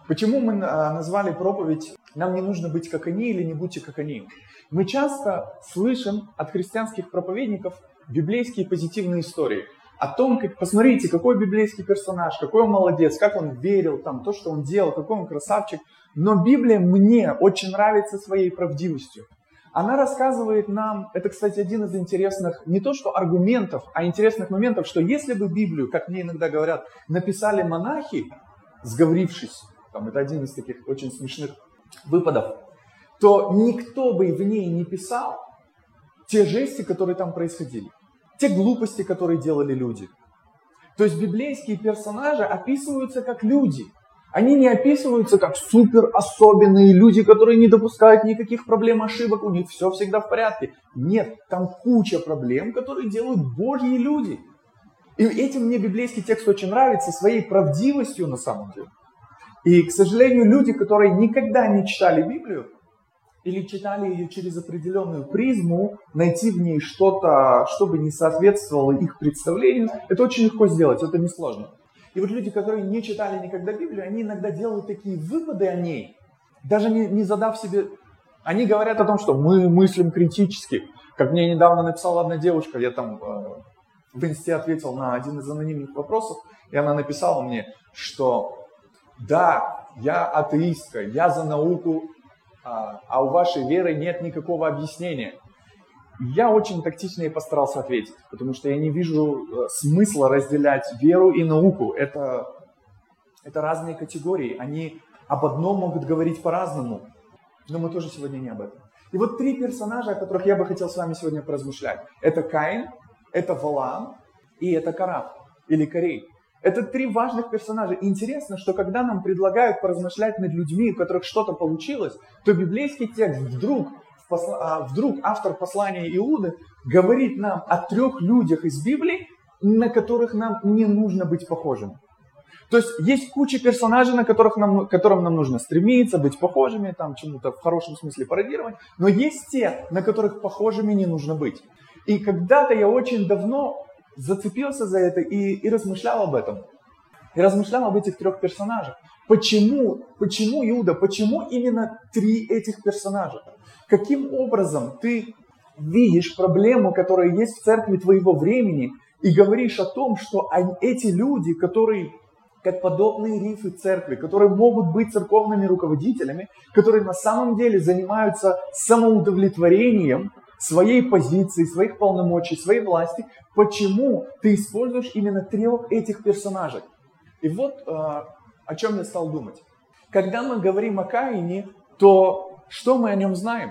Почему мы назвали проповедь «Нам не нужно быть как они» или «Не будьте как они»? Мы часто слышим от христианских проповедников библейские позитивные истории. О том, как, посмотрите, какой библейский персонаж, какой он молодец, как он верил, там, то, что он делал, какой он красавчик. Но Библия мне очень нравится своей правдивостью. Она рассказывает нам, это, кстати, один из интересных, не то что аргументов, а интересных моментов, что если бы Библию, как мне иногда говорят, написали монахи, сговорившись, там, это один из таких очень смешных выпадов, то никто бы в ней не писал те жести, которые там происходили, те глупости, которые делали люди. То есть библейские персонажи описываются как люди. Они не описываются как супер особенные люди, которые не допускают никаких проблем, ошибок, у них все всегда в порядке. Нет, там куча проблем, которые делают Божьи люди. И этим мне библейский текст очень нравится, своей правдивостью на самом деле. И, к сожалению, люди, которые никогда не читали Библию, или читали ее через определенную призму, найти в ней что-то, чтобы не соответствовало их представлению, это очень легко сделать, это несложно. И вот люди, которые не читали никогда Библию, они иногда делают такие выводы о ней, даже не задав себе... Они говорят о том, что мы мыслим критически. Как мне недавно написала одна девушка, я там в инсте ответил на один из анонимных вопросов, и она написала мне, что да, я атеистка, я за науку, а у вашей веры нет никакого объяснения. Я очень тактично ей постарался ответить, потому что я не вижу смысла разделять веру и науку. Это разные категории, они об одном могут говорить по-разному, но мы тоже сегодня не об этом. И вот три персонажа, о которых я бы хотел с вами сегодня поразмышлять. Это Каин, это Валаам и это Корах или Корей. Это три важных персонажа. Интересно, что когда нам предлагают поразмышлять над людьми, у которых что-то получилось, то библейский текст вдруг автор послания Иуды говорит нам о трех людях из Библии, на которых нам не нужно быть похожими. То есть куча персонажей, которым нам нужно стремиться, быть похожими, там чему-то в хорошем смысле пародировать, но есть те, на которых похожими не нужно быть. И когда-то я очень давно зацепился за это и размышлял об этом. И размышлял об этих трех персонажах. Почему Иуда? Почему именно три этих персонажа? Каким образом ты видишь проблему, которая есть в церкви твоего времени, и говоришь о том, что эти люди, которые как подобные рифы церкви, которые могут быть церковными руководителями, которые на самом деле занимаются самоудовлетворением своей позиции, своих полномочий, своей власти, почему ты используешь именно трех этих персонажей? И вот о чем я стал думать. Когда мы говорим о Каине, то что мы о нем знаем?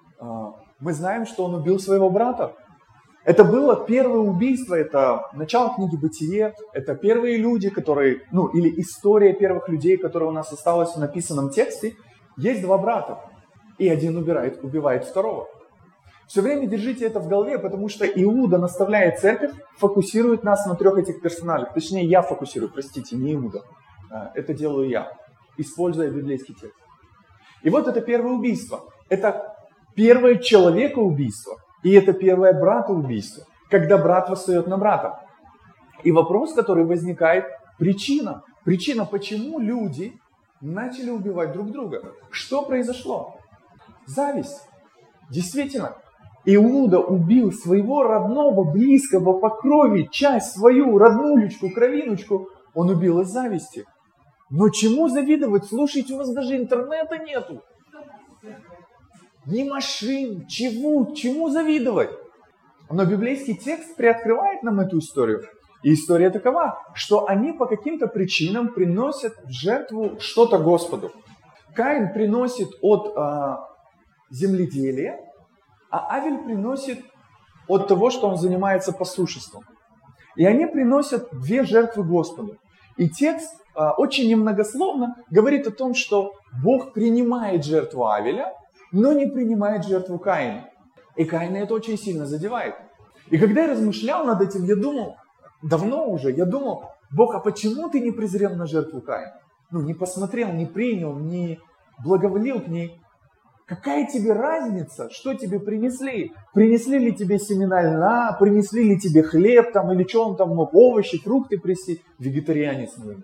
Мы знаем, что он убил своего брата. Это было первое убийство, это начало книги «Бытие», это первые люди, которые, или история первых людей, которая у нас осталась в написанном тексте. Есть два брата, и один убивает второго. Все время держите это в голове, потому что Иуда, наставляя церковь, фокусирует нас на трех этих персонажах. Точнее, я фокусирую, простите, не Иуда. Это делаю я, используя библейский текст. И вот это первое убийство. Это первое человекоубийство. И это первое братоубийство, когда брат восстает на брата. И вопрос, который возникает, причина. Причина, почему люди начали убивать друг друга. Что произошло? Зависть. Действительно, Иуда убил своего родного, близкого по крови, часть свою роднулечку, кровиночку, он убил из зависти. Но чему завидовать? Слушайте, у вас даже интернета нету. Ни машин, чему завидовать? Но библейский текст приоткрывает нам эту историю. И история такова, что они по каким-то причинам приносят в жертву что-то Господу. Каин приносит от земледелия, а Авель приносит от того, что он занимается пастушеством. И они приносят две жертвы Господу. И текст очень немногословно говорит о том, что Бог принимает жертву Авеля, но не принимает жертву Каина. И Каина это очень сильно задевает. И когда я размышлял над этим, я думал, Бог, а почему ты не презрел на жертву Каина? Не посмотрел, не принял, не благоволил к ней. Какая тебе разница, что тебе принесли? Принесли ли тебе семена льна, принесли ли тебе хлеб, или что он там мог, овощи, фрукты принести? Вегетарианец, наверное, был.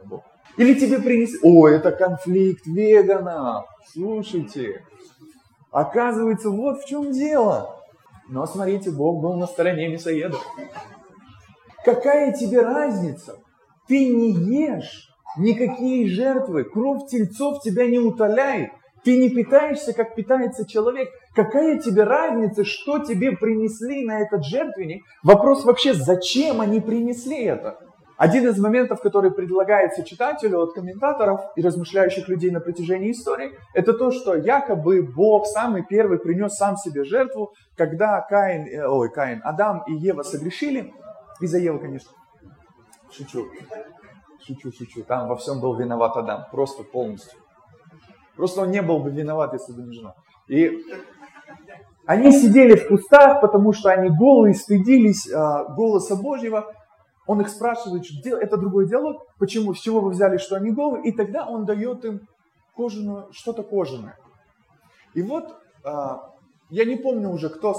Или тебе принесли... О, это конфликт веганов. Слушайте. Оказывается, вот в чем дело. Но смотрите, Бог был на стороне мясоедов. Какая тебе разница? Ты не ешь никакие жертвы. Кровь тельцов тебя не утоляет. Ты не питаешься, как питается человек. Какая тебе разница, что тебе принесли на этот жертвенник? Вопрос вообще, зачем они принесли это? Один из моментов, который предлагается читателю от комментаторов и размышляющих людей на протяжении истории, это то, что якобы Бог самый первый принес сам себе жертву, когда Адам и Ева согрешили. Из-за Евы, конечно. Шучу. Там во всем был виноват Адам. Просто полностью. Просто он не был бы виноват, если бы не жена. И они сидели в кустах, потому что они голые, стыдились голоса Божьего. Он их спрашивает, это другой диалог, почему, с чего вы взяли, что они голые, и тогда он дает им что-то кожаное. И вот, я не помню уже, кто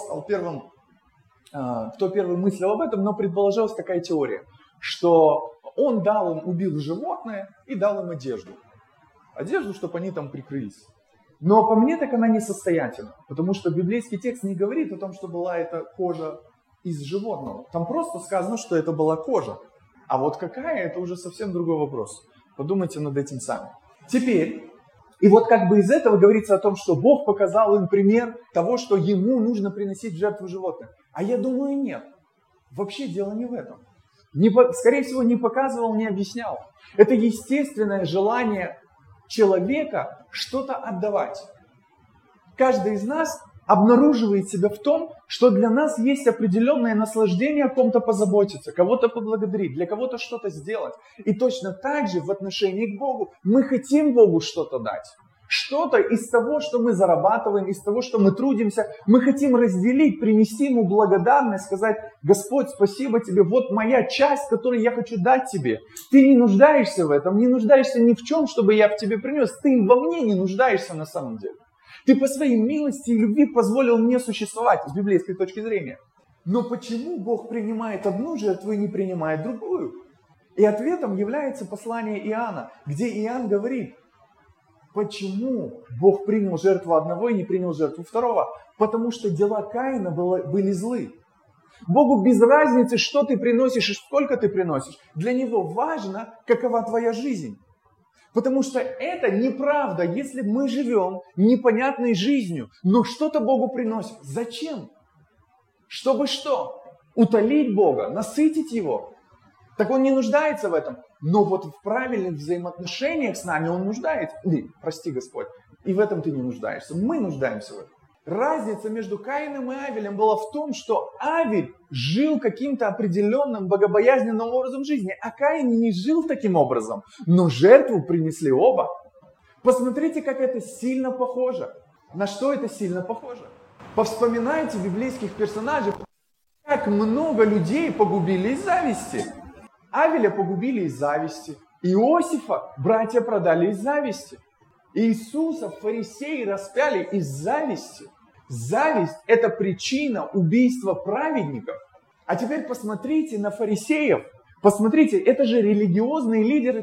первый мыслил об этом, но предполагалась такая теория, что он убил животное и дал им одежду. Одежду, чтобы они там прикрылись. Но по мне так она несостоятельна, потому что библейский текст не говорит о том, что была эта кожа из животного. Там просто сказано, что это была кожа. А вот какая, это уже совсем другой вопрос. Подумайте над этим сами. Теперь, и вот как бы из этого говорится о том, что Бог показал им пример того, что ему нужно приносить в жертву животных. А я думаю, нет. Вообще дело не в этом. Скорее всего, не показывал, не объяснял. Это естественное желание человека что-то отдавать. Каждый из нас обнаруживает себя в том, что для нас есть определенное наслаждение о ком-то позаботиться, кого-то поблагодарить, для кого-то что-то сделать. И точно так же в отношении к Богу мы хотим Богу что-то дать. Что-то из того, что мы зарабатываем, из того, что мы трудимся, мы хотим разделить, принести Ему благодарность, сказать: Господь, спасибо Тебе, вот моя часть, которую я хочу дать Тебе. Ты не нуждаешься в этом, не нуждаешься ни в чем, чтобы я в Тебе принес. Ты во мне не нуждаешься на самом деле. Ты по своей милости и любви позволил мне существовать с библейской точки зрения. Но почему Бог принимает одну жертву и не принимает другую? И ответом является послание Иоанна, где Иоанн говорит: почему Бог принял жертву одного и не принял жертву второго? Потому что дела Каина были злы. Богу без разницы, что ты приносишь и сколько ты приносишь. Для Него важно, какова твоя жизнь. Потому что это неправда, если мы живем непонятной жизнью, но что-то Богу приносим. Зачем? Чтобы что? Утолить Бога, насытить Его. Так Он не нуждается в этом. Но вот в правильных взаимоотношениях с нами Он нуждается. Прости, Господь. И в этом ты не нуждаешься. Мы нуждаемся в этом. Разница между Каином и Авелем была в том, что Авель жил каким-то определенным богобоязненным образом жизни, а Каин не жил таким образом, но жертву принесли оба. Посмотрите, как это сильно похоже. На что это сильно похоже? Повспоминайте библейских персонажей, как много людей погубили из зависти. Авеля погубили из зависти, Иосифа братья продали из зависти, Иисуса фарисеи распяли из зависти. Зависть – это причина убийства праведников. А теперь посмотрите на фарисеев. Посмотрите, это же религиозные лидеры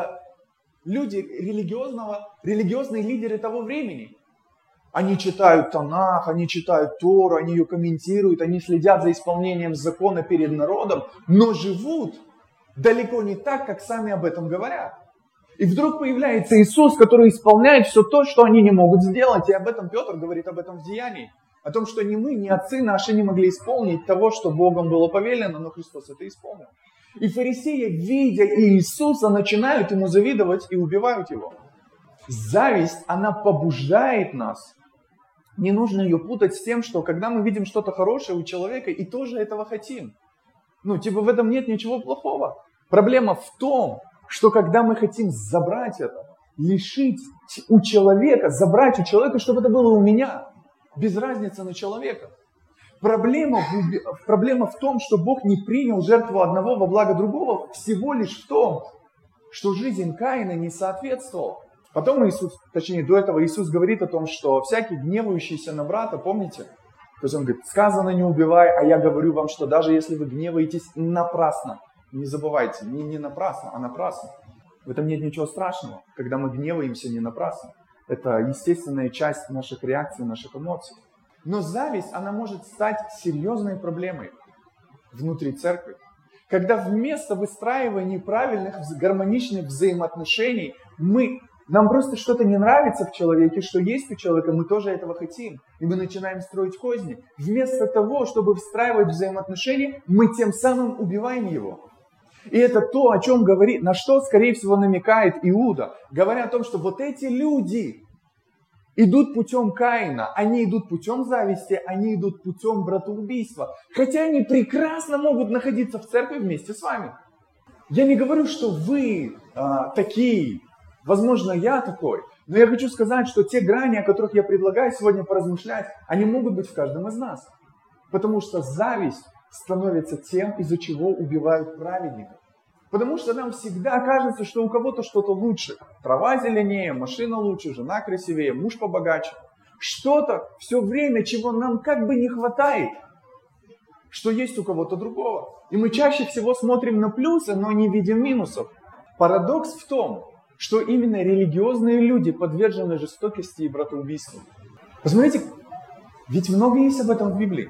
религиозные лидеры того времени. Они читают Танах, они читают Тору, они ее комментируют, они следят за исполнением закона перед народом, но живут далеко не так, как сами об этом говорят. И вдруг появляется Иисус, который исполняет все то, что они не могут сделать. И об этом Петр говорит об этом в Деянии. О том, что ни мы, ни отцы наши не могли исполнить того, что Богом было повелено, но Христос это исполнил. И фарисеи, видя Иисуса, начинают ему завидовать и убивают его. Зависть, она побуждает нас. Не нужно ее путать с тем, что когда мы видим что-то хорошее у человека и тоже этого хотим. В этом нет ничего плохого. Проблема в том, что когда мы хотим забрать это, лишить у человека, забрать у человека, чтобы это было у меня, без разницы на человека. Проблема в том, что Бог не принял жертву одного во благо другого, всего лишь в том, что жизнь Каина не соответствовала. Потом до этого Иисус говорит о том, что всякий гневающийся на брата, помните? То есть Он говорит: сказано не убивай, а я говорю вам, что даже если вы гневаетесь напрасно, не забывайте, не напрасно, а напрасно. В этом нет ничего страшного, когда мы гневаемся не напрасно. Это естественная часть наших реакций, наших эмоций. Но зависть, она может стать серьезной проблемой внутри церкви. Когда вместо выстраивания правильных, гармоничных взаимоотношений нам просто что-то не нравится в человеке, что есть у человека, мы тоже этого хотим. И мы начинаем строить козни. Вместо того, чтобы встраивать взаимоотношения, мы тем самым убиваем его. И это то, о чем говорит, на что, скорее всего, намекает Иуда, говоря о том, что вот эти люди идут путем Каина, они идут путем зависти, они идут путем братоубийства. Хотя они прекрасно могут находиться в церкви вместе с вами. Я не говорю, что вы такие, возможно, я такой, но я хочу сказать, что те грани, о которых я предлагаю сегодня поразмышлять, они могут быть в каждом из нас. Потому что зависть становится тем, из-за чего убивают праведников. Потому что нам всегда кажется, что у кого-то что-то лучше. Трава зеленее, машина лучше, жена красивее, муж побогаче. Что-то все время, чего нам как бы не хватает, что есть у кого-то другого. И мы чаще всего смотрим на плюсы, но не видим минусов. Парадокс в том, что именно религиозные люди подвержены жестокости и братоубийству. Посмотрите, ведь много есть об этом в Библии.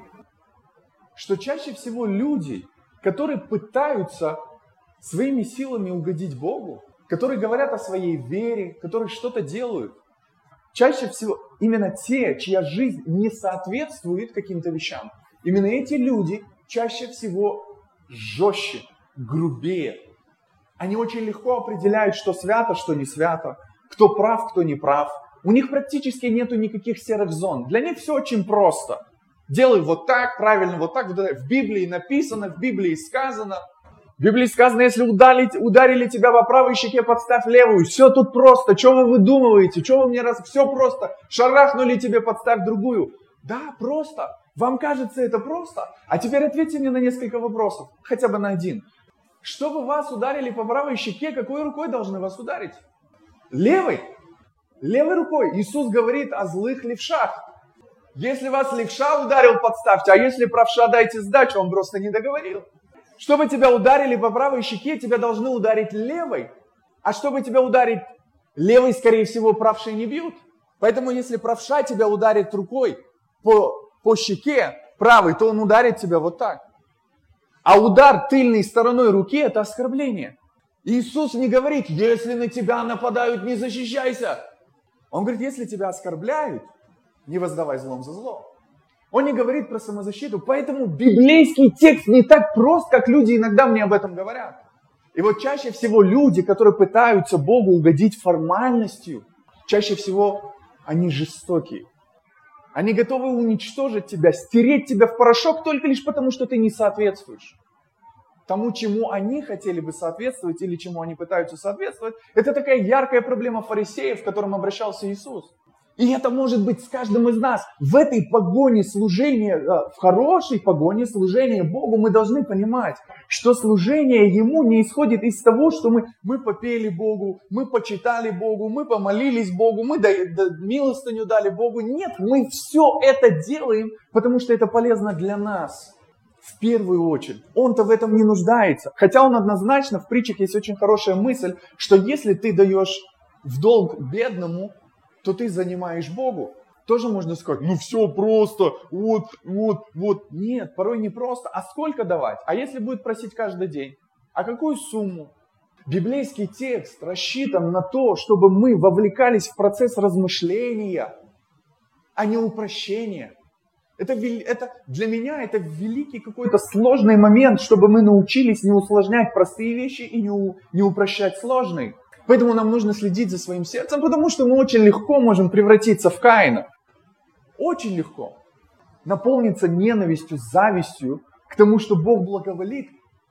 Что чаще всего люди, которые пытаются своими силами угодить Богу, которые говорят о своей вере, которые что-то делают, чаще всего именно те, чья жизнь не соответствует каким-то вещам, именно эти люди чаще всего жестче, грубее. Они очень легко определяют, что свято, что не свято, кто прав, кто не прав. У них практически нету никаких серых зон. Для них все очень просто. Делай вот так, правильно, вот так. В Библии написано, в Библии сказано. В Библии сказано, если ударили тебя по правой щеке, подставь левую. Все тут просто. Что вы выдумываете? Что вы мне Все просто. Шарахнули тебе, подставь другую. Да, просто. Вам кажется это просто? А теперь ответьте мне на несколько вопросов. Хотя бы на один. Чтобы вас ударили по правой щеке, какой рукой должны вас ударить? Левой. Левой рукой. Иисус говорит о злых левшах. Если вас левша ударил, подставьте, а если правша, дайте сдачу, он просто не договорил. Чтобы тебя ударили по правой щеке, тебя должны ударить левой. А чтобы тебя ударить левой, скорее всего, правшей не бьют. Поэтому если правша тебя ударит рукой по щеке правой, то он ударит тебя вот так. А удар тыльной стороной руки – это оскорбление. Иисус не говорит, если на тебя нападают, не защищайся. Он говорит, если тебя оскорбляют, не воздавай злом за зло. Он не говорит про самозащиту, поэтому библейский текст не так прост, как люди иногда мне об этом говорят. И вот чаще всего люди, которые пытаются Богу угодить формальностью, чаще всего они жестокие. Они готовы уничтожить тебя, стереть тебя в порошок только лишь потому, что ты не соответствуешь тому, чему они хотели бы соответствовать или чему они пытаются соответствовать. Это такая яркая проблема фарисеев, к которым обращался Иисус. И это может быть с каждым из нас. В этой погоне служения, в хорошей погоне служения Богу мы должны понимать, что служение Ему не исходит из того, что мы попели Богу, мы почитали Богу, мы помолились Богу, мы милостыню дали Богу. Нет, мы все это делаем, потому что это полезно для нас. В первую очередь. Он-то в этом не нуждается. Хотя он однозначно, в притчах есть очень хорошая мысль, что если ты даешь в долг бедному, то ты занимаешь Богу. Тоже можно сказать, ну все просто, вот. Нет, порой не просто. А сколько давать? А если будет просить каждый день? А какую сумму? Библейский текст рассчитан на то, чтобы мы вовлекались в процесс размышления, а не упрощения. Это для меня это великий какой-то сложный момент, чтобы мы научились не усложнять простые вещи и не упрощать сложные. Поэтому нам нужно следить за своим сердцем, потому что мы очень легко можем превратиться в Каина. Очень легко. Наполниться ненавистью, завистью к тому, что Бог благоволит.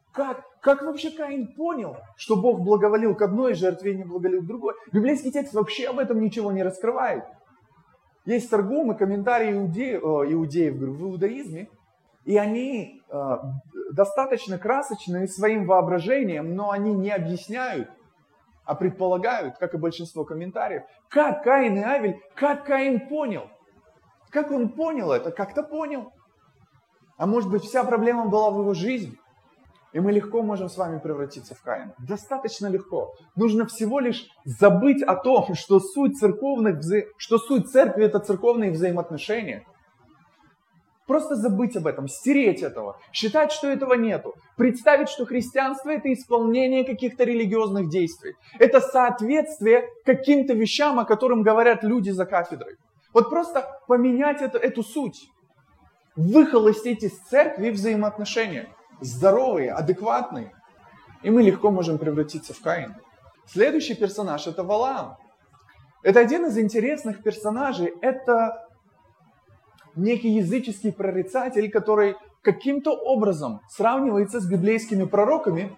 Как вообще Каин понял, что Бог благоволил к одной жертве и не благоволил к другой? Библейский текст вообще об этом ничего не раскрывает. Есть торгум и комментарии иудеев в иудаизме, и они достаточно красочные своим воображением, но они не объясняют, а предполагают, как и большинство комментариев, как Каин и Авель, как Каин понял. Как он понял это? Как-то понял. А может быть, вся проблема была в его жизни. И мы легко можем с вами превратиться в Каина. Достаточно легко. Нужно всего лишь забыть о том, что суть церкви – это церковные взаимоотношения. Просто забыть об этом, стереть этого, считать, что этого нету. Представить, что христианство – это исполнение каких-то религиозных действий. Это соответствие каким-то вещам, о которых говорят люди за кафедрой. Вот просто поменять эту суть. Выхолостить из церкви взаимоотношения. Здоровые, адекватные. И мы легко можем превратиться в Каина. Следующий персонаж – это Валаам. Это один из интересных персонажей. Это некий языческий прорицатель, который каким-то образом сравнивается с библейскими пророками,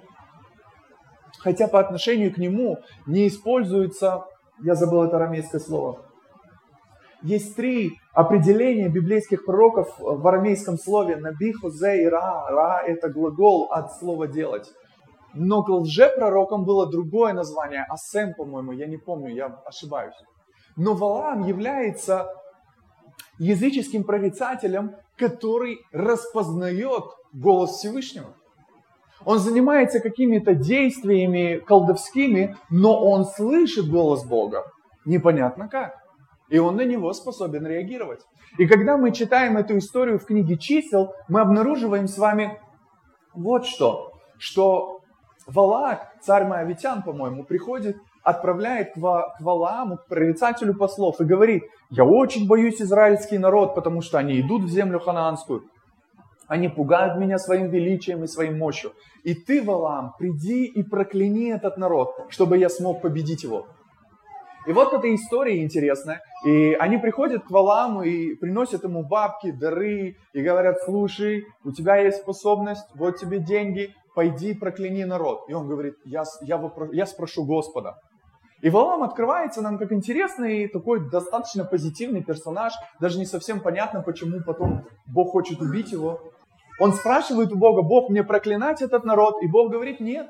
хотя по отношению к нему не используется, я забыл это арамейское слово. Есть 3 определения библейских пророков в арамейском слове наби, хозе и ра. Ра – это глагол от слова «делать». Но к лжепророкам было другое название, асем, по-моему, я не помню, я ошибаюсь. Но Валаам является языческим прорицателем, который распознает голос Всевышнего. Он занимается какими-то действиями колдовскими, но он слышит голос Бога. Непонятно как. И он на него способен реагировать. И когда мы читаем эту историю в книге «Чисел», мы обнаруживаем с вами вот что Валаак, царь Моавитян, по-моему, приходит, отправляет к Валааму, к прорицателю послов, и говорит: «Я очень боюсь израильский народ, потому что они идут в землю ханаанскую. Они пугают меня своим величием и своей мощью. И ты, Валаам, приди и прокляни этот народ, чтобы я смог победить его». И вот эта история интересная. И они приходят к Валааму и приносят ему бабки, дары, и говорят: «Слушай, у тебя есть способность, вот тебе деньги, пойди прокляни народ». И он говорит: я спрошу Господа. И Валаам открывается нам как интересный, такой достаточно позитивный персонаж. Даже не совсем понятно, почему потом Бог хочет убить его. Он спрашивает у Бога: «Бог, мне проклинать этот народ?» И Бог говорит: «Нет».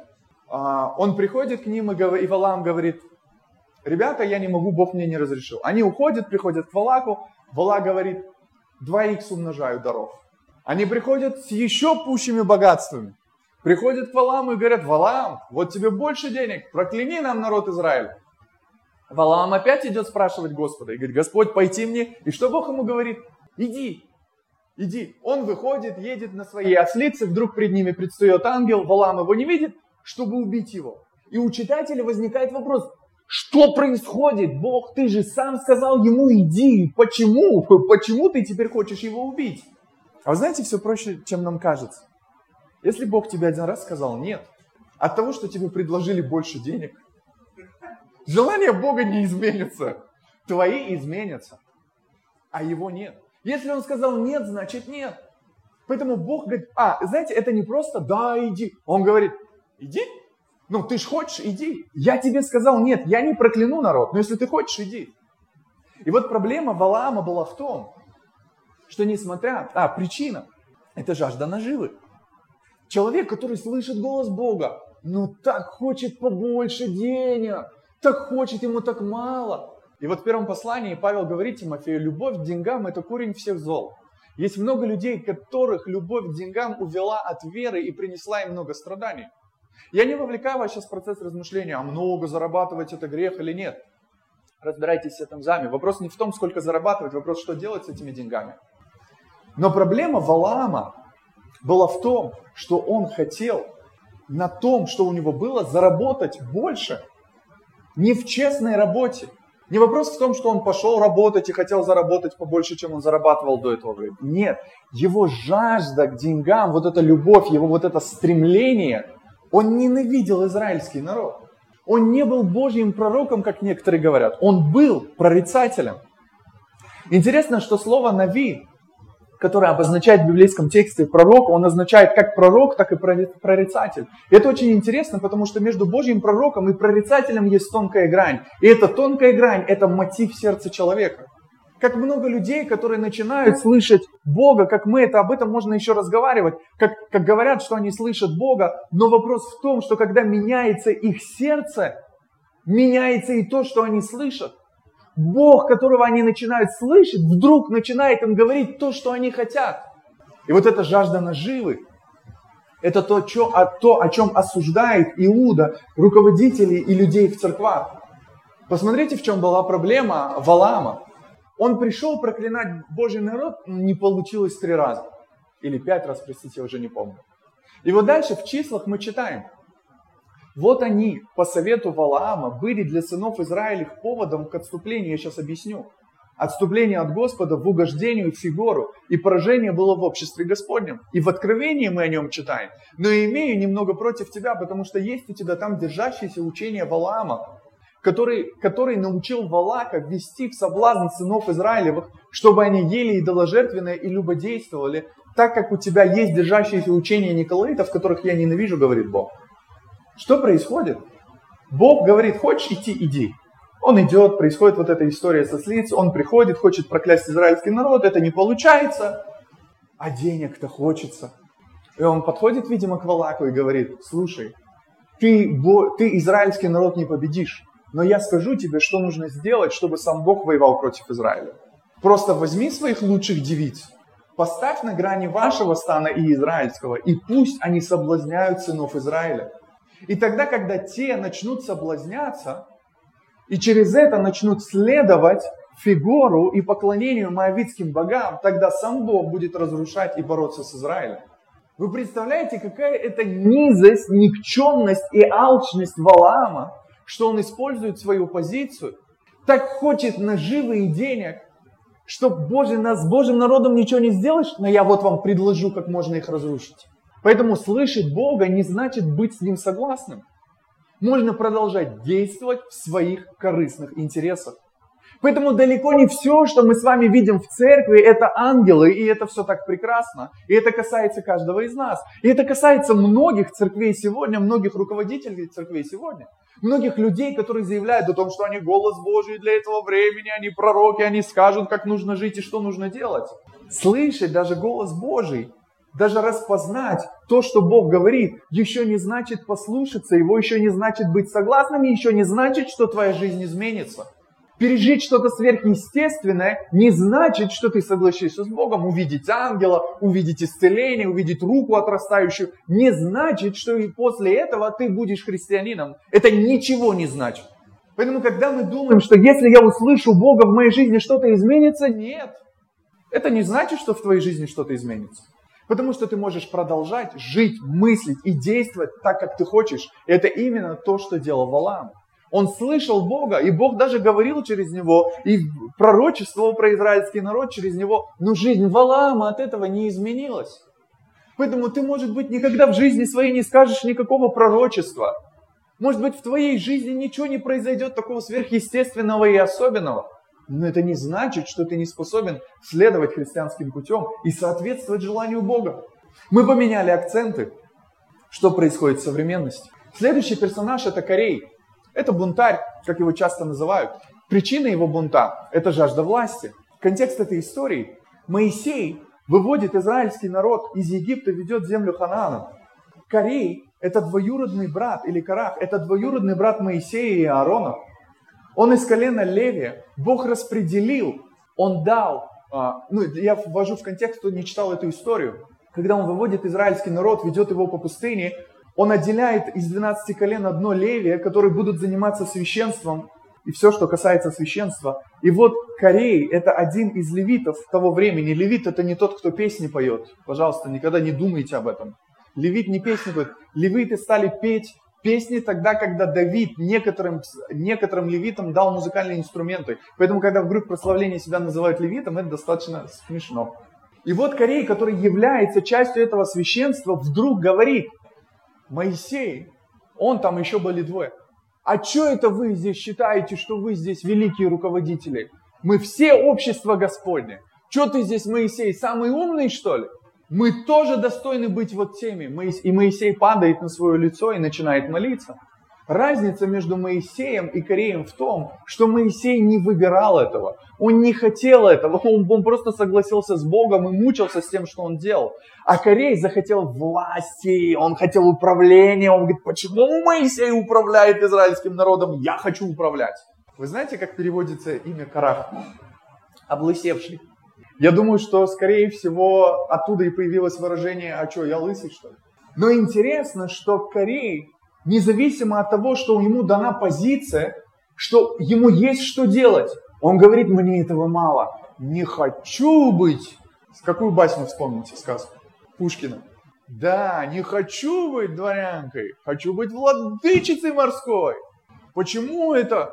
Он приходит к ним, и Валаам говорит: «Ребята, я не могу, Бог мне не разрешил». Они уходят, приходят к Валааку. Валаак говорит: 2х умножаю даров. Они приходят с еще пущими богатствами. Приходят к Валааму и говорят: «Валаам, вот тебе больше денег, прокляни нам народ Израиля». Валаам опять идет спрашивать Господа и говорит: «Господь, пойти мне». И что Бог ему говорит? «Иди, иди». Он выходит, едет на своей ослице, вдруг перед ними предстает ангел, Валаам его не видит, чтобы убить его. И у читателя возникает вопрос: что происходит? Бог, ты же сам сказал ему: иди. Почему? Почему ты теперь хочешь его убить? А вы знаете, все проще, чем нам кажется. Если Бог тебе один раз сказал нет, от того, что тебе предложили больше денег, желания Бога не изменятся. Твои изменятся, а его нет. Если он сказал нет, значит нет. Поэтому Бог говорит: знаете, это не просто «да, иди». Он говорит: иди. Ну, ты ж хочешь, иди. Я тебе сказал нет, я не прокляну народ, но если ты хочешь, иди. И вот проблема Валаама была в том, что причина – это жажда наживы. Человек, который слышит голос Бога, так хочет побольше денег, так хочет ему так мало. И вот в первом послании Павел говорит Тимофею: любовь к деньгам – это корень всех зол. Есть много людей, которых любовь к деньгам увела от веры и принесла им много страданий. Я не вовлекаю вас сейчас в процесс размышления, много зарабатывать это грех или нет. Разбирайтесь с этим сами. Вопрос не в том, сколько зарабатывать, вопрос, что делать с этими деньгами. Но проблема Валаама была в том, что он хотел на том, что у него было, заработать больше. Не в честной работе. Не вопрос в том, что он пошел работать и хотел заработать побольше, чем он зарабатывал до этого времени. Нет, его жажда к деньгам, вот эта любовь, его вот это стремление, он ненавидел израильский народ. Он не был Божьим пророком, как некоторые говорят. Он был прорицателем. Интересно, что слово «нави», которое обозначает в библейском тексте пророк, он означает как пророк, так и прорицатель. И это очень интересно, потому что между Божьим пророком и прорицателем есть тонкая грань. И эта тонкая грань – это мотив сердца человека. Как много людей, которые начинают слышать Бога, как мы об этом можно еще разговаривать, как говорят, что они слышат Бога, но вопрос в том, что когда меняется их сердце, меняется и то, что они слышат. Бог, которого они начинают слышать, вдруг начинает им говорить то, что они хотят. И вот эта жажда наживы, Это то, о чем осуждает Иуда руководителей и людей в церквах. Посмотрите, в чем была проблема Валаама. Он пришел проклинать Божий народ, не получилось 3 раза. Или 5 раз, простите, я уже не помню. И вот дальше в числах мы читаем. Вот они, по совету Валаама, были для сынов Израилевых поводом к отступлению, я сейчас объясню. Отступление от Господа в угождению Фигору, и поражение было в обществе Господнем. И в Откровении мы о нем читаем. Но имею немного против тебя, потому что есть у тебя там держащееся учение Валаама, который научил Валака ввести в соблазн сынов Израилевых, чтобы они ели идоложертвенное и любодействовали, так как у тебя есть держащиеся учения Николаитов, которых я ненавижу, говорит Бог. Что происходит? Бог говорит, хочешь идти, иди. Он идет, происходит вот эта история со слицей, он приходит, хочет проклясть израильский народ, это не получается, а денег-то хочется. И он подходит, видимо, к Валаку и говорит, слушай, ты израильский народ не победишь, но я скажу тебе, что нужно сделать, чтобы сам Бог воевал против Израиля. Просто возьми своих лучших девиц, поставь на грани вашего стана и израильского, и пусть они соблазняют сынов Израиля. И тогда, когда те начнут соблазняться, и через это начнут следовать Фигору и поклонению моавитским богам, тогда сам Бог будет разрушать и бороться с Израилем. Вы представляете, какая это низость, никчемность и алчность Валаама, что он использует свою позицию, так хочет наживы и денег, что с Божьим народом ничего не сделаешь, но я вот вам предложу, как можно их разрушить. Поэтому слышать Бога не значит быть с Ним согласным. Можно продолжать действовать в своих корыстных интересах. Поэтому далеко не все, что мы с вами видим в церкви, это ангелы, и это все так прекрасно. И это касается каждого из нас. И это касается многих церквей сегодня, многих руководителей церквей сегодня. Многих людей, которые заявляют о том, что они голос Божий для этого времени, они пророки, они скажут, как нужно жить и что нужно делать. Слышать даже голос Божий, даже распознать то, что Бог говорит, еще не значит послушаться Его, еще не значит быть согласным, еще не значит, что твоя жизнь изменится. Пережить что-то сверхъестественное не значит, что ты согласишься с Богом. Увидеть ангела, увидеть исцеление, увидеть руку отрастающую, не значит, что и после этого ты будешь христианином. Это ничего не значит. Поэтому, когда мы думаем, что если я услышу Бога в моей жизни, что-то изменится, нет. Это не значит, что в твоей жизни что-то изменится. Потому что ты можешь продолжать жить, мыслить и действовать так, как ты хочешь. И это именно то, что делал Валаам. Он слышал Бога, и Бог даже говорил через него, и пророчествовал про израильский народ через него. Но жизнь Валаама от этого не изменилась. Поэтому ты, может быть, никогда в жизни своей не скажешь никакого пророчества. Может быть, в твоей жизни ничего не произойдет такого сверхъестественного и особенного. Но это не значит, что ты не способен следовать христианским путем и соответствовать желанию Бога. Мы поменяли акценты. Что происходит в современности? Следующий персонаж – это Корей. Это бунтарь, как его часто называют. Причина его бунта – это жажда власти. Контекст этой истории – Моисей выводит израильский народ из Египта, ведет в землю Ханаана. Корей – это двоюродный брат, или Корах – это двоюродный брат Моисея и Аарона. Он из колена Левия, Бог распределил, он дал, я ввожу в контекст, кто не читал эту историю, когда он выводит израильский народ, ведет его по пустыне, он отделяет из 12 колен одно Левия, которые будут заниматься священством, и все, что касается священства. И вот Корей, это один из левитов того времени. Левит это не тот, кто песни поет. Пожалуйста, никогда не думайте об этом. Левит не песни поет. Левиты стали петь песни тогда, когда Давид некоторым левитам дал музыкальные инструменты. Поэтому, когда в группе прославления себя называют левитом, это достаточно смешно. И вот Корей, который является частью этого священства, вдруг говорит: Моисей, он там еще были двое. А что это вы здесь считаете, что вы здесь великие руководители? Мы все общество Господне. Что ты здесь, Моисей, самый умный, что ли? Мы тоже достойны быть вот теми. И Моисей падает на свое лицо и начинает молиться. Разница между Моисеем и Кореем в том, что Моисей не выбирал этого. Он не хотел этого. Он просто согласился с Богом и мучился с тем, что он делал. А Корей захотел власти, он хотел управления. Он говорит: почему Моисей управляет израильским народом? Я хочу управлять. Вы знаете, как переводится имя Корах? Облысевший. Я думаю, что, скорее всего, оттуда и появилось выражение: а что, я лысый, что ли? Но интересно, что Корей, независимо от того, что ему дана позиция, что ему есть что делать, он говорит, мне этого мало. Не хочу быть. Какую басню вспомните, сказку? Пушкина. Да, не хочу быть дворянкой, хочу быть владычицей морской. Почему это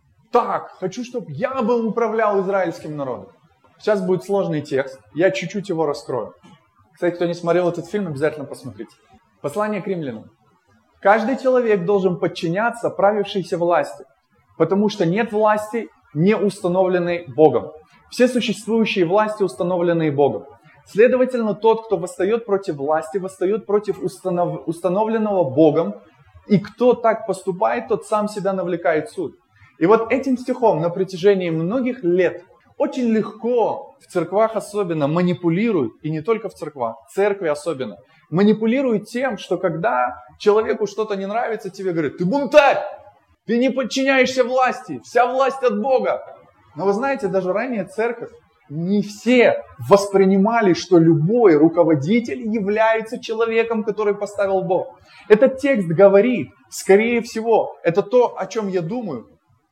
так? Хочу, чтобы я был управлял израильским народом. Сейчас будет сложный текст, я чуть-чуть его раскрою. Кстати, кто не смотрел этот фильм, обязательно посмотрите. Послание к римлянам. Каждый человек должен подчиняться правившейся власти, потому что нет власти, не установленной Богом. Все существующие власти установлены Богом. Следовательно, тот, кто восстает против власти, восстает против установленного Богом, и кто так поступает, тот сам себя навлекает в суд. И вот этим стихом на протяжении многих лет очень легко, в церквах особенно, манипулируют, и не только в церквах, в церкви особенно, манипулируют тем, что когда человеку что-то не нравится, тебе говорят, ты бунтарь, ты не подчиняешься власти, вся власть от Бога. Но вы знаете, даже ранее церковь, не все воспринимали, что любой руководитель является человеком, который поставил Бог. Этот текст говорит, скорее всего, это то, о чем я думаю,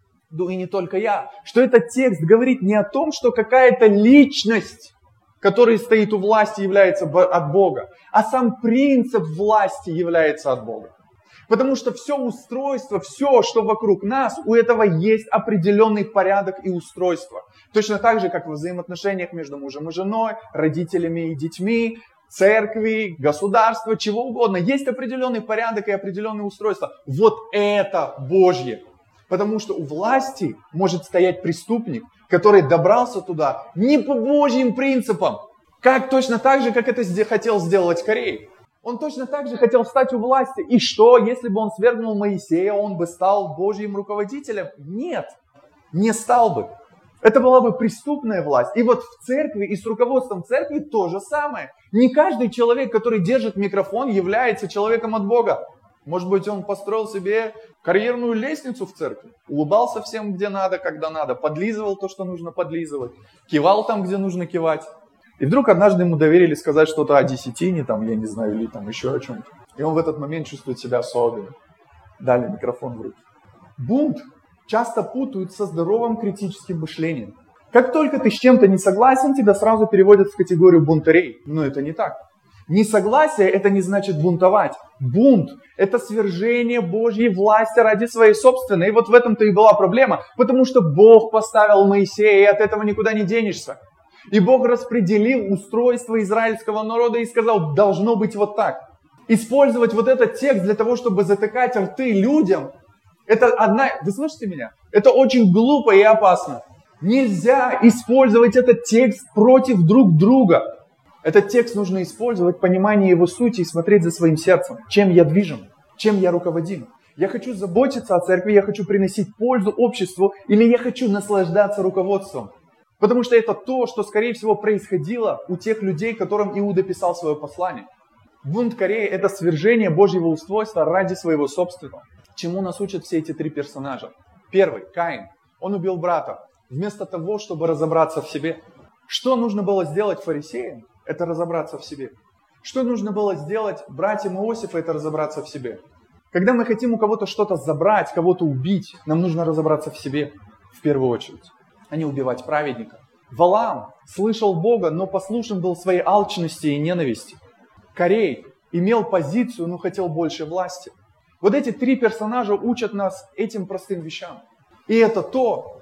и не только я, что этот текст говорит не о том, что какая-то личность, которая стоит у власти, является от Бога, а сам принцип власти является от Бога. Потому что все устройство, все, что вокруг нас, у этого есть определенный порядок и устройство. Точно так же, как в взаимоотношениях между мужем и женой, родителями и детьми, церкви, государства, чего угодно. Есть определенный порядок и определенное устройство. Вот это Божье. Потому что у власти может стоять преступник, который добрался туда не по Божьим принципам. Как точно так же, как это хотел сделать Корей. Он точно так же хотел стать у власти. И что, если бы он свергнул Моисея, он бы стал Божьим руководителем? Нет, не стал бы. Это была бы преступная власть. И вот в церкви и с руководством церкви то же самое. Не каждый человек, который держит микрофон, является человеком от Бога. Может быть, он построил себе карьерную лестницу в церкви, улыбался всем, где надо, когда надо, подлизывал то, что нужно подлизывать, кивал там, где нужно кивать. И вдруг однажды ему доверили сказать что-то о десятине, там, я не знаю, или там еще о чем-то. И он в этот момент чувствует себя особенным. Дали микрофон в руки. Бунт часто путают со здоровым критическим мышлением. Как только ты с чем-то не согласен, тебя сразу переводят в категорию бунтарей. Но это не так. Несогласие – это не значит бунтовать. Бунт – это свержение Божьей власти ради своей собственной. И вот в этом-то и была проблема. Потому что Бог поставил Моисея, и от этого никуда не денешься. И Бог распределил устройство израильского народа и сказал, должно быть вот так. Использовать вот этот текст для того, чтобы затыкать рты людям, это вы слышите меня? Это очень глупо и опасно. Нельзя использовать этот текст против друг друга. Этот текст нужно использовать, понимание его сути и смотреть за своим сердцем. Чем я движим? Чем я руководим? Я хочу заботиться о церкви, я хочу приносить пользу обществу, или я хочу наслаждаться руководством? Потому что это то, что, скорее всего, происходило у тех людей, которым Иуда писал свое послание. Бунт Кореи – это свержение Божьего устройства ради своего собственного. Чему нас учат все эти три персонажа? Первый – Каин. Он убил брата, вместо того, чтобы разобраться в себе. Что нужно было сделать фарисеям? Это разобраться в себе. Что нужно было сделать братьям Иосифа? Это разобраться в себе. Когда мы хотим у кого-то что-то забрать, кого-то убить, нам нужно разобраться в себе в первую очередь, а не убивать праведника. Валаам слышал Бога, но послушен был своей алчности и ненависти. Корей имел позицию, но хотел больше власти. Вот эти три персонажа учат нас этим простым вещам. И это то,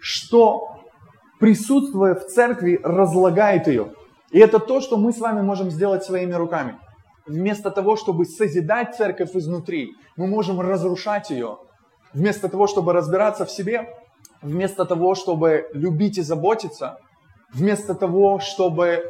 что, присутствуя в церкви, разлагает ее. И это то, что мы с вами можем сделать своими руками. Вместо того, чтобы созидать церковь изнутри, мы можем разрушать ее. Вместо того, чтобы разбираться в себе, вместо того, чтобы любить и заботиться, вместо того, чтобы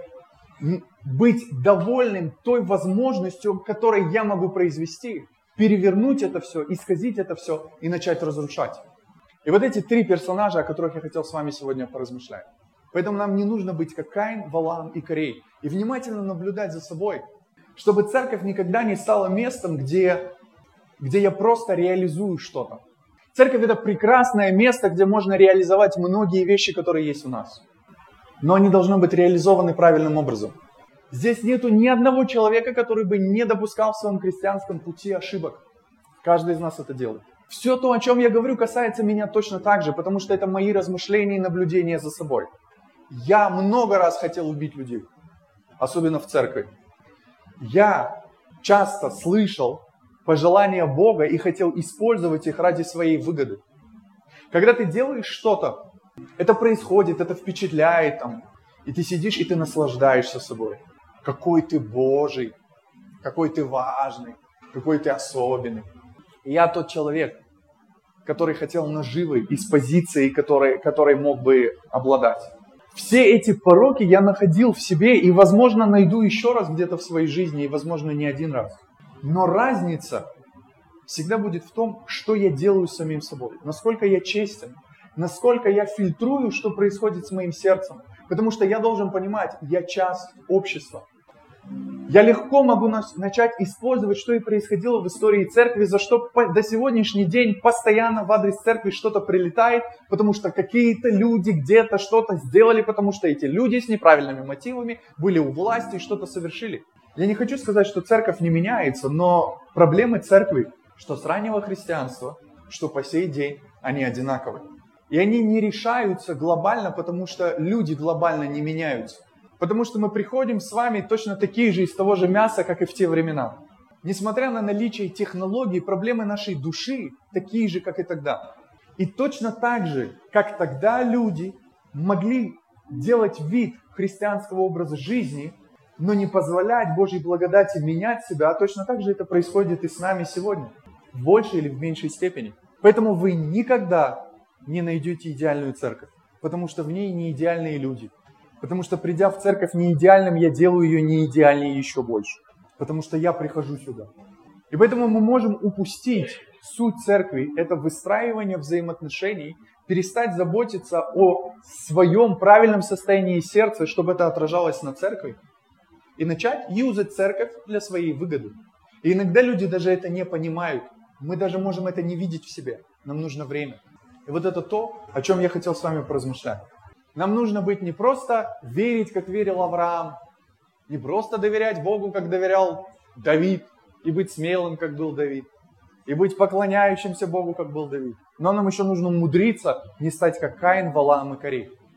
быть довольным той возможностью, которую я могу произвести, перевернуть это все, исказить это все и начать разрушать. И вот эти три персонажа, о которых я хотел с вами сегодня поразмышлять. Поэтому нам не нужно быть как Каин, Валаам и Корей. И внимательно наблюдать за собой, чтобы церковь никогда не стала местом, где я просто реализую что-то. Церковь – это прекрасное место, где можно реализовать многие вещи, которые есть у нас. Но они должны быть реализованы правильным образом. Здесь нету ни одного человека, который бы не допускал в своем христианском пути ошибок. Каждый из нас это делает. Все то, о чем я говорю, касается меня точно так же, потому что это мои размышления и наблюдения за собой. Я много раз хотел убить людей, особенно в церкви. Я часто слышал пожелания Бога и хотел использовать их ради своей выгоды. Когда ты делаешь что-то, это происходит, это впечатляет, и ты сидишь и ты наслаждаешься собой. Какой ты Божий, какой ты важный, какой ты особенный. И я тот человек, который хотел наживы из позиции, которой мог бы обладать. Все эти пороки я находил в себе и, возможно, найду еще раз где-то в своей жизни, и, возможно, не один раз. Но разница всегда будет в том, что я делаю с самим собой, насколько я честен, насколько я фильтрую, что происходит с моим сердцем. Потому что я должен понимать, я часть общества. Я легко могу начать использовать, что и происходило в истории церкви, за что до сегодняшний день постоянно в адрес церкви что-то прилетает, потому что какие-то люди где-то что-то сделали, потому что эти люди с неправильными мотивами были у власти и что-то совершили. Я не хочу сказать, что церковь не меняется, но проблемы церкви, что с раннего христианства, что по сей день, они одинаковы. И они не решаются глобально, потому что люди глобально не меняются. Потому что мы приходим с вами точно такие же из того же мяса, как и в те времена. Несмотря на наличие технологий, проблемы нашей души такие же, как и тогда. И точно так же, как тогда люди могли делать вид христианского образа жизни, но не позволять Божьей благодати менять себя, а точно так же это происходит и с нами сегодня. В большей или в меньшей степени. Поэтому вы никогда не найдете идеальную церковь, потому что в ней не идеальные люди. Потому что, придя в церковь не идеальным, я делаю ее не идеальнее еще больше. Потому что я прихожу сюда. И поэтому мы можем упустить суть церкви, это выстраивание взаимоотношений, перестать заботиться о своем правильном состоянии сердца, чтобы это отражалось на церкви, и начать юзать церковь для своей выгоды. И иногда люди даже это не понимают. Мы даже можем это не видеть в себе. Нам нужно время. И вот это то, о чем я хотел с вами поразмышлять. Нам нужно быть не просто верить, как верил Авраам, не просто доверять Богу, как доверял Давид, и быть смелым, как был Давид, и быть поклоняющимся Богу, как был Давид. Но нам еще нужно умудриться не стать как Каин, Валаам и Корей.